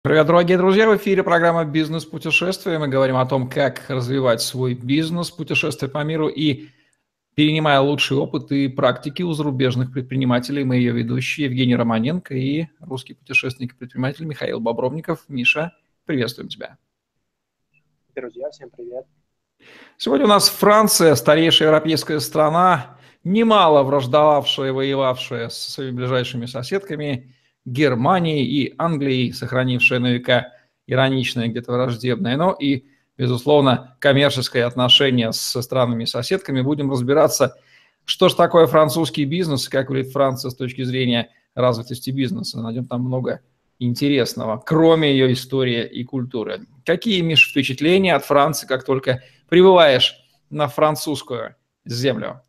Привет, дорогие друзья! В эфире программа «Бизнес-путешествия». Мы говорим о том, как развивать свой бизнес, путешествуя по миру и перенимая лучший опыт и практики у зарубежных предпринимателей. Мы ее ведущие Евгений Романенко и русский путешественник и предприниматель Михаил Бобровников. Миша, приветствуем тебя. Друзья, всем привет. Сегодня у нас Франция, старейшая европейская страна, немало враждовавшая и воевавшая со своими ближайшими соседками Германией и Англией, сохранившая на века ироничное, где-то враждебное, но и, безусловно, коммерческое отношение со странами-соседками. Будем разбираться, что же такое французский бизнес, как выглядит Франция с точки зрения развитости бизнеса. Найдем там много интересного, кроме ее истории и культуры. Какие, Миш, впечатления от Франции, как только прибываешь на французскую землю?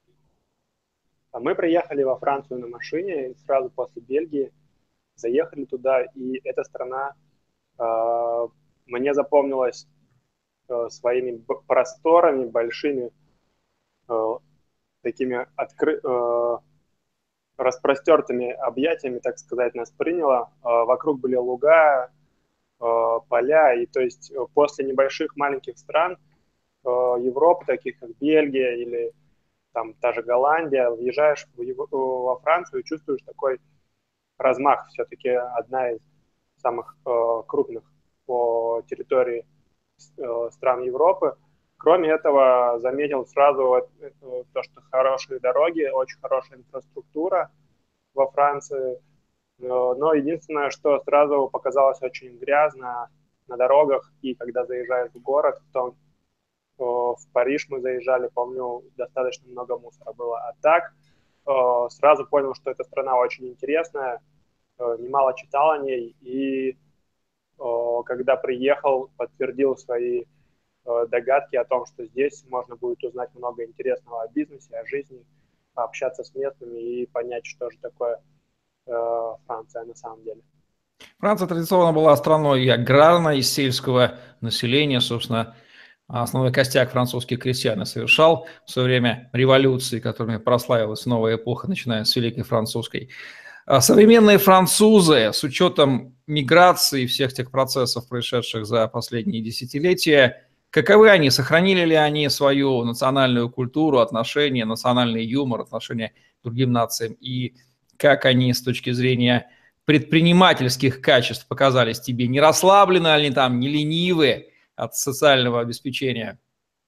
Мы приехали во Францию на машине сразу после Бельгии, заехали туда, и эта страна мне запомнилась своими просторами, большими, такими распростертыми объятиями, так сказать, нас приняла. Вокруг были луга, поля, и то есть после небольших маленьких стран Европы, таких как Бельгия или там та же Голландия, въезжаешь во Францию и чувствуешь такой размах. Все-таки одна из самых крупных по территории стран Европы. Кроме этого, заметил сразу то, что хорошие дороги, очень хорошая инфраструктура во Франции. Но единственное, что сразу показалось очень грязно на дорогах, и когда заезжаешь в город, в Париж мы заезжали, помню, достаточно много мусора было. А так сразу понял, что эта страна очень интересная, немало читал о ней, и когда приехал, подтвердил свои догадки о том, что здесь можно будет узнать много интересного о бизнесе, о жизни, пообщаться с местными и понять, что же такое Франция на самом деле. Франция традиционно была страной аграрной, из сельского населения, собственно, основной костяк французских крестьян совершал в свое время революции, которыми прославилась новая эпоха, начиная с Великой Французской. Современные французы, с учетом миграции и всех тех процессов, происшедших за последние десятилетия, каковы они? Сохранили ли они свою национальную культуру, отношения, национальный юмор, отношения к другим нациям? И как они с точки зрения предпринимательских качеств показались тебе? Не расслаблены они там, не ленивы от социального обеспечения?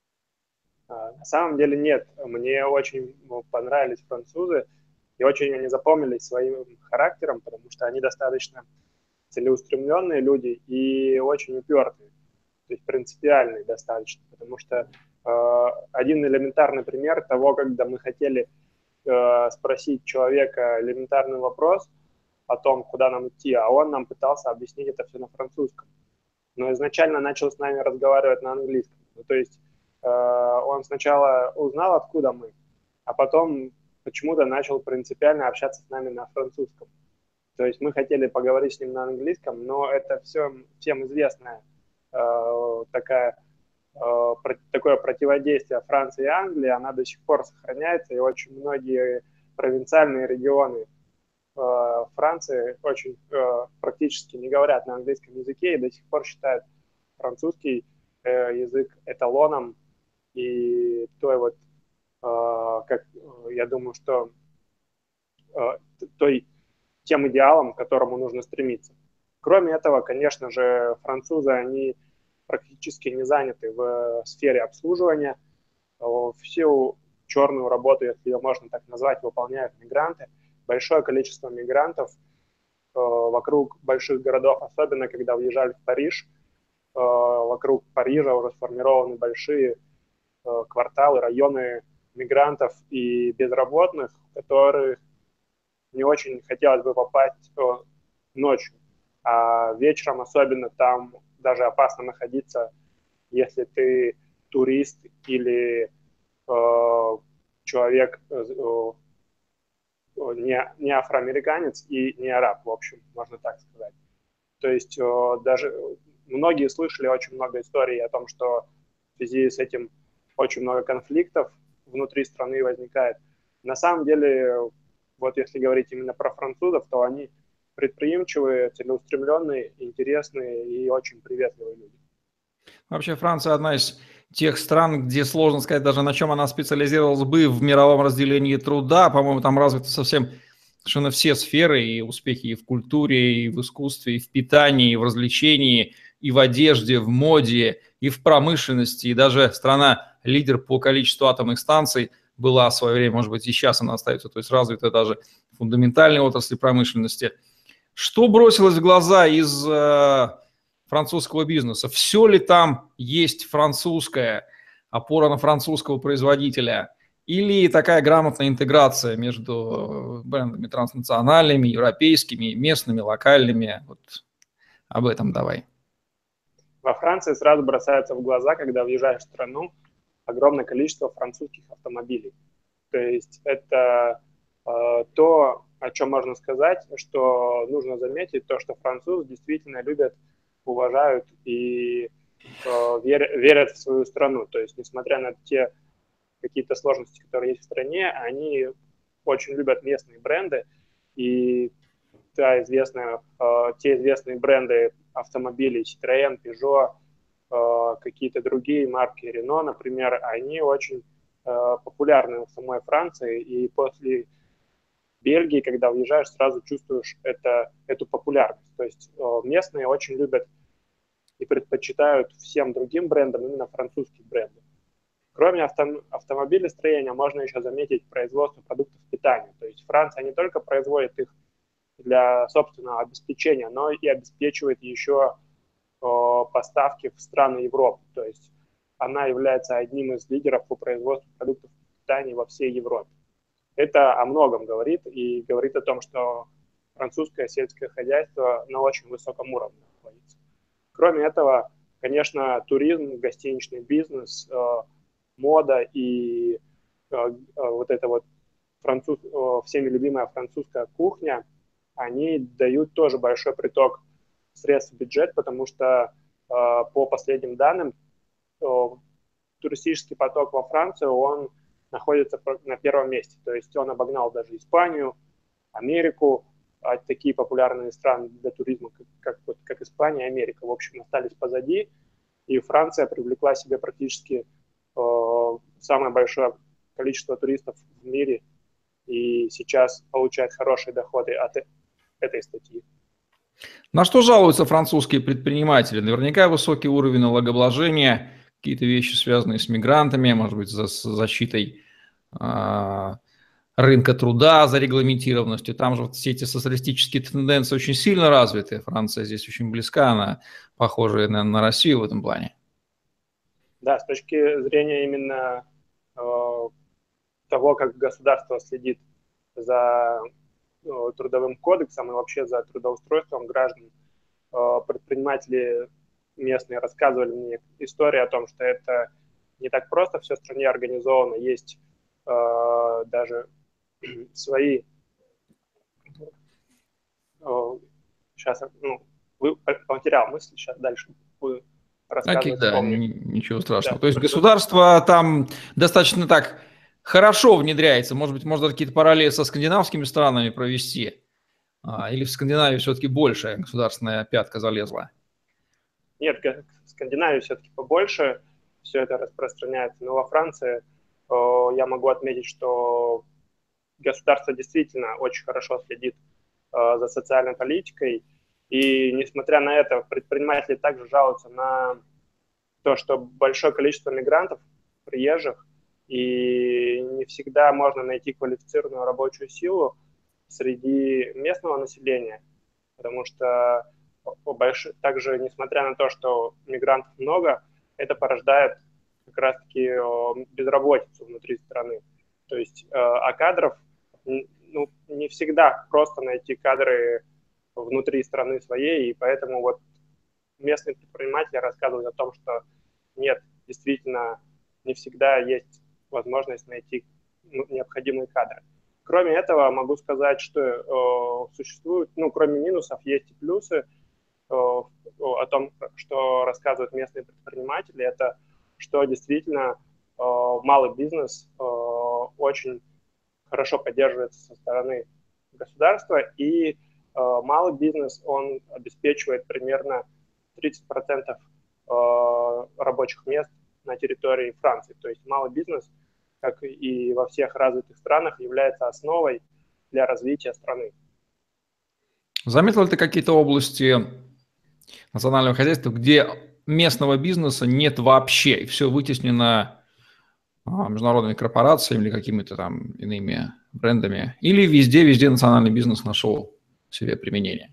На самом деле нет. Мне очень понравились французы, и очень они запомнились своим характером, потому что они достаточно целеустремленные люди и очень упертые, то есть принципиальные достаточно, потому что один элементарный пример того, когда мы хотели спросить человека элементарный вопрос о том, куда нам идти, а он нам пытался объяснить это все на французском. Но изначально начал с нами разговаривать на английском. Ну, то есть он сначала узнал, откуда мы, а потом почему-то начал принципиально общаться с нами на французском. То есть мы хотели поговорить с ним на английском, но это все всем известная такое противодействие Франции и Англии, она до сих пор сохраняется, и очень многие провинциальные регионы Франции очень практически не говорят на английском языке и до сих пор считают французский язык эталоном и той вот, как я думаю, что тем идеалом, к которому нужно стремиться. Кроме этого, конечно же, французы, они практически не заняты в сфере обслуживания. Всю черную работу, если ее можно так назвать, выполняют мигранты. Большое количество мигрантов вокруг больших городов, особенно когда въезжали в Париж, вокруг Парижа уже сформированы большие кварталы, районы мигрантов и безработных, которые не очень хотелось бы попасть ночью. А вечером особенно там даже опасно находиться, если ты турист или человек не афроамериканец и не араб, в общем, можно так сказать. То есть даже многие слышали очень много историй о том, что в связи с этим очень много конфликтов внутри страны возникает. На самом деле, вот если говорить именно про французов, то они, в предприимчивые, целеустремленные, интересные и очень приветливые люди. Вообще Франция одна из тех стран, где сложно сказать даже, на чем она специализировалась бы в мировом разделении труда. По-моему, там развиты совсем совершенно все сферы, и успехи и в культуре, и в искусстве, и в питании, и в развлечении, и в одежде, в моде, и в промышленности. И даже страна-лидер по количеству атомных станций была в свое время, может быть, и сейчас она остается, то есть развита даже в фундаментальной отрасли промышленности. Что бросилось в глаза из французского бизнеса? Все ли там есть французское, опора на французского производителя? Или такая грамотная интеграция между брендами транснациональными, европейскими, местными, локальными? Вот об этом давай. Во Франции сразу бросается в глаза, когда въезжаешь в страну, огромное количество французских автомобилей. То есть это то, о чем можно сказать, что нужно заметить, то, что французы действительно любят, уважают и верят в свою страну. То есть, несмотря на те какие-то сложности, которые есть в стране, они очень любят местные бренды, и те известные бренды автомобилей Citroën, Peugeot, какие-то другие марки, Renault, например, они очень популярны в самой Франции, и после Бельгии, когда уезжаешь, сразу чувствуешь эту популярность. То есть местные очень любят и предпочитают всем другим брендам именно французских брендов. Кроме автомобилестроения можно еще заметить производство продуктов питания. То есть Франция не только производит их для собственного обеспечения, но и обеспечивает еще поставки в страны Европы. То есть она является одним из лидеров по производству продуктов питания во всей Европе. Это о многом говорит и говорит о том, что французское сельское хозяйство на очень высоком уровне находится. Кроме этого, конечно, туризм, гостиничный бизнес, мода и вот эта вот всеми любимая французская кухня, они дают тоже большой приток средств в бюджет, потому что по последним данным туристический поток во Францию, он находится на первом месте. То есть он обогнал даже Испанию, Америку, такие популярные страны для туризма, как Испания и Америка, в общем, остались позади. И Франция привлекла себе практически самое большое количество туристов в мире и сейчас получает хорошие доходы от этой статьи. На что жалуются французские предприниматели? Наверняка высокий уровень налогообложения, какие-то вещи, связанные с мигрантами, может быть, с защитой рынка труда, зарегламентированностью. Там же вот все эти социалистические тенденции очень сильно развиты. Франция здесь очень близка, она похожа на Россию в этом плане. Да, с точки зрения именно того, как государство следит за трудовым кодексом и вообще за трудоустройством граждан, предприниматели местные рассказывали мне историю о том, что это не так просто все в стране организовано, есть даже свои сейчас потерял мысль, сейчас дальше буду Окей, рассказывать, да, вспомню. ничего страшного. Да, То есть государство там достаточно так хорошо внедряется. Может быть, можно какие-то параллели со скандинавскими странами провести. Или в Скандинавии все-таки больше государственная пятка залезла? Нет, в Скандинавии все-таки побольше все это распространяется, но во Франции я могу отметить, что государство действительно очень хорошо следит за социальной политикой, и несмотря на это, предприниматели также жалуются на то, что большое количество мигрантов, приезжих, и не всегда можно найти квалифицированную рабочую силу среди местного населения, потому что также, несмотря на то, что мигрантов много, это порождает как раз-таки безработицу внутри страны. То есть, кадров, не всегда просто найти кадры внутри страны своей, и поэтому вот местные предприниматели рассказывают о том, что нет, действительно, не всегда есть возможность найти необходимые кадры. Кроме этого, могу сказать, что существуют, кроме минусов, есть и плюсы о том, что рассказывают местные предприниматели, это что действительно малый бизнес очень хорошо поддерживается со стороны государства, и Малый бизнес, он обеспечивает примерно 30% рабочих мест на территории Франции. То есть малый бизнес, как и во всех развитых странах, является основой для развития страны. Заметил ли ты какие-то области национального хозяйства, где местного бизнеса нет вообще, и все вытеснено международными корпорациями или какими-то там иными брендами? Или везде национальный бизнес нашел себе применение?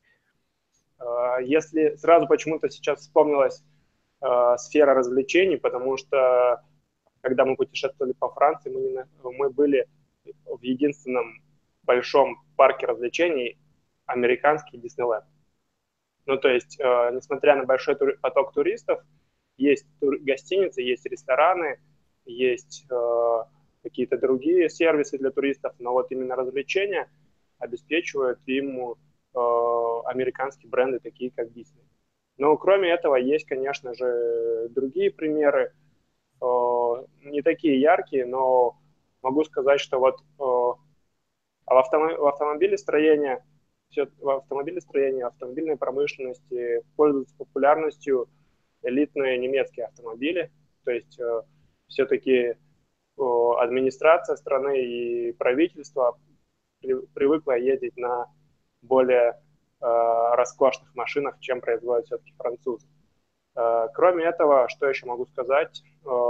Если сразу почему-то сейчас вспомнилась сфера развлечений, потому что когда мы путешествовали по Франции, мы были в единственном большом парке развлечений американский Диснейленд. Ну, то есть, несмотря на большой поток туристов, есть гостиницы, есть рестораны, есть какие-то другие сервисы для туристов, но вот именно развлечения обеспечивают им американские бренды, такие как Disney. Но кроме этого есть, конечно же, другие примеры, не такие яркие, но могу сказать, что вот в автомобилестроении, автомобильной промышленности пользуются популярностью элитные немецкие автомобили. То есть все-таки администрация страны и правительство привыкло ездить на более роскошных машинах, чем производят все-таки французы. Кроме этого, что еще могу сказать?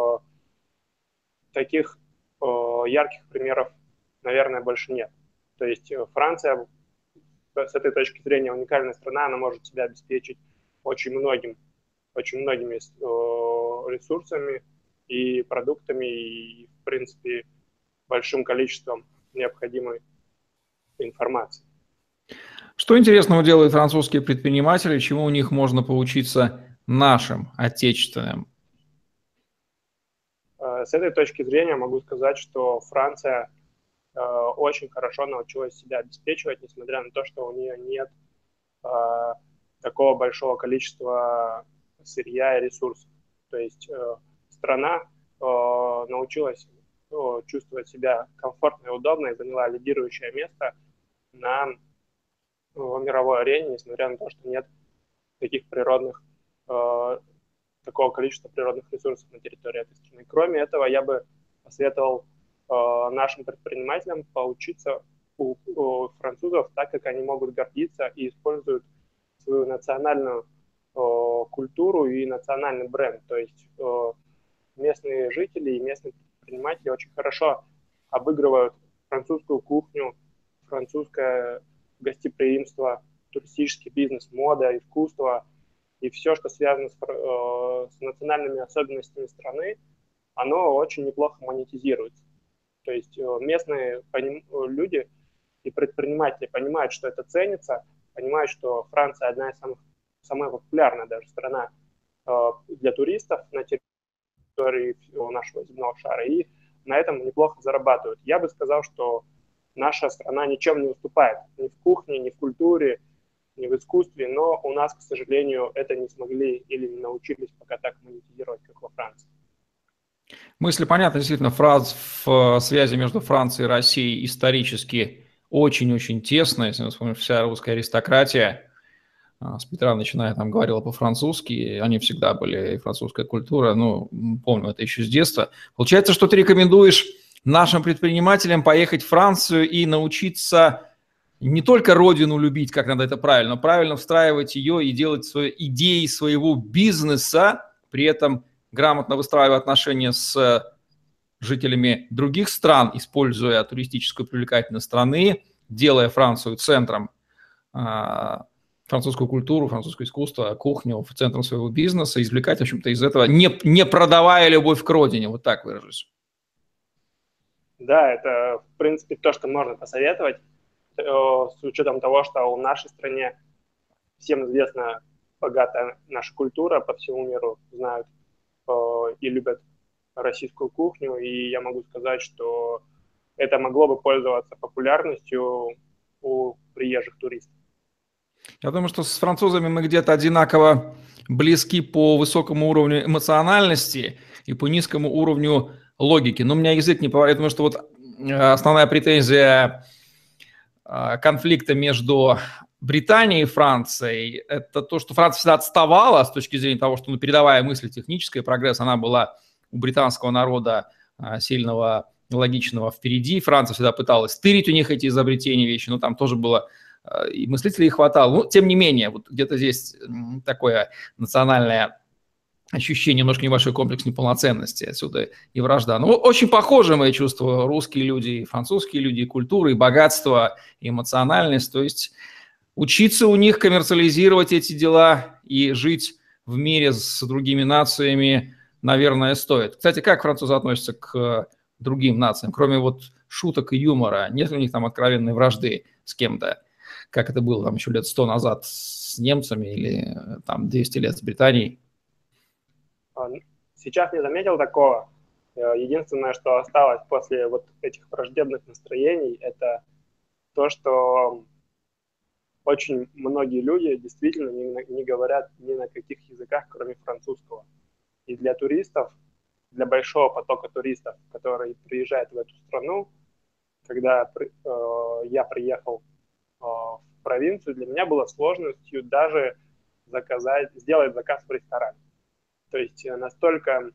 Таких ярких примеров, наверное, больше нет. То есть Франция с этой точки зрения уникальная страна, она может себя обеспечить очень многими ресурсами и продуктами, и, в принципе, большим количеством необходимой информации. Что интересного делают французские предприниматели, чему у них можно поучиться нашим, отечественным? С этой точки зрения могу сказать, что Франция очень хорошо научилась себя обеспечивать, несмотря на то, что у нее нет такого большого количества сырья и ресурсов. То есть страна научилась чувствовать себя комфортно и удобно и заняла лидирующее место на мировой арене, несмотря на то, что нет такого количества природных ресурсов на территории этой страны. Кроме этого, я бы посоветовал нашим предпринимателям поучиться у французов, так как они могут гордиться и используют свою национальную культуру и национальный бренд. То есть местные жители и местные предприниматели очень хорошо обыгрывают французскую кухню, французское гостеприимство, туристический бизнес, мода, искусство и все, что связано с национальными особенностями страны, оно очень неплохо монетизируется. То есть местные люди и предприниматели понимают, что это ценится, понимают, что Франция одна из самая популярная даже страна для туристов на территории нашего земного шара, и на этом неплохо зарабатывают. Я бы сказал, что наша страна ничем не уступает ни в кухне, ни в культуре, ни в искусстве, но у нас, к сожалению, это не смогли или не научились пока так монетизировать, как во Франции. Мысли понятны, действительно, в связи между Францией и Россией исторически очень-очень тесная. Если мы вспомним, вся русская аристократия с Петра начиная там говорила по-французски, они всегда были, и французская культура, ну, помню это еще с детства. Получается, что ты рекомендуешь нашим предпринимателям поехать в Францию и научиться не только родину любить, как надо это правильно, но правильно встраивать ее и делать свои идеи своего бизнеса, при этом грамотно выстраивая отношения с жителями других стран, используя туристическую привлекательность страны, делая Францию центром, французскую культуру, французское искусство, кухню в центром своего бизнеса, извлекать, в общем-то, из этого, не продавая любовь к родине, вот так выражусь. Да, это, в принципе, то, что можно посоветовать, с учетом того, что в нашей стране всем известна богатая наша культура, по всему миру знают и любят российскую кухню, и я могу сказать, что это могло бы пользоваться популярностью у приезжих туристов. Я думаю, что с французами мы где-то одинаково близки по высокому уровню эмоциональности и по низкому уровню логики. Но у меня язык не поворачивает, потому что вот основная претензия конфликта между Британией и Францией, это то, что Франция всегда отставала с точки зрения того, что передовая мысль, техническая, прогресс, она была у британского народа сильного, логичного впереди. Франция всегда пыталась стырить у них эти изобретения, вещи, но там тоже было, и мыслителей хватало. Но, тем не менее, вот где-то здесь такое национальное ощущение, немножко небольшой комплекс неполноценности, отсюда и вражда. Ну, очень похожи мои чувства русские люди, и французские люди, и культура, и богатство, и эмоциональность. То есть учиться у них коммерциализировать эти дела и жить в мире с другими нациями, наверное, стоит. Кстати, как французы относятся к другим нациям, кроме вот шуток и юмора? Нет у них там откровенной вражды с кем-то, как это было там еще лет 100 назад с немцами или там 200 лет с Британией? Сейчас не заметил такого. Единственное, что осталось после вот этих враждебных настроений, это то, что очень многие люди действительно не говорят ни на каких языках, кроме французского. И для туристов, для большого потока туристов, которые приезжают в эту страну, когда я приехал в провинцию, для меня было сложностью даже сделать заказ в ресторане. То есть настолько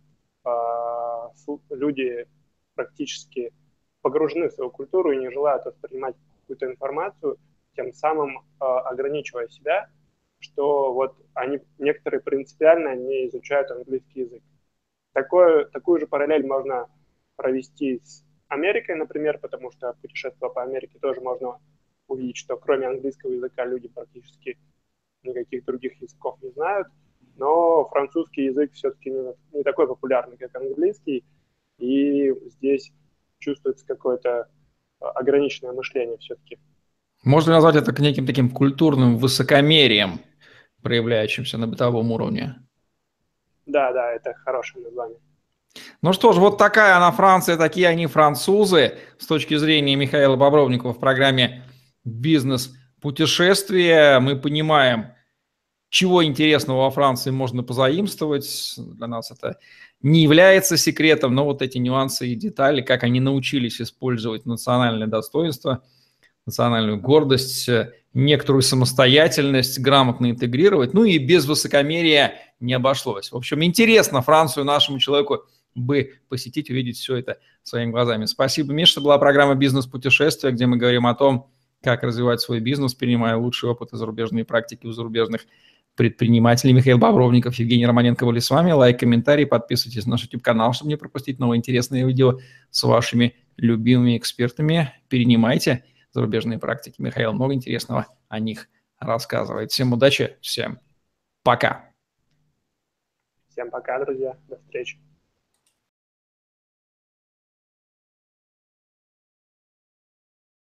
люди практически погружены в свою культуру и не желают воспринимать какую-то информацию, тем самым ограничивая себя, что вот они некоторые принципиально не изучают английский язык. Такую же параллель можно провести с Америкой, например, потому что, путешествуя по Америке, тоже можно увидеть, что кроме английского языка люди практически никаких других языков не знают. Но французский язык все-таки не такой популярный, как английский, и здесь чувствуется какое-то ограниченное мышление все-таки. Можно назвать это неким таким культурным высокомерием, проявляющимся на бытовом уровне. Да, это хорошее название. Ну что ж, вот такая она Франция, такие они французы с точки зрения Михаила Бобровникова в программе «Бизнес-путешествие». Мы понимаем, чего интересного во Франции можно позаимствовать. Для нас это не является секретом, но вот эти нюансы и детали, как они научились использовать национальное достоинство, национальную гордость, некоторую самостоятельность грамотно интегрировать, ну и без высокомерия не обошлось. В общем, интересно Францию нашему человеку бы посетить, увидеть все это своими глазами. Спасибо, Миша. Это была программа «Бизнес-путешествие», где мы говорим о том, как развивать свой бизнес, перенимая лучший опыт и зарубежные практики у зарубежных предпринимателей. Михаил Бобровников, Евгений Романенко были с вами. Лайк, комментарий, подписывайтесь на наш YouTube-канал, чтобы не пропустить новые интересные видео с вашими любимыми экспертами. Перенимайте зарубежные практики. Михаил много интересного о них рассказывает. Всем удачи, всем пока. Всем пока, друзья. До встречи.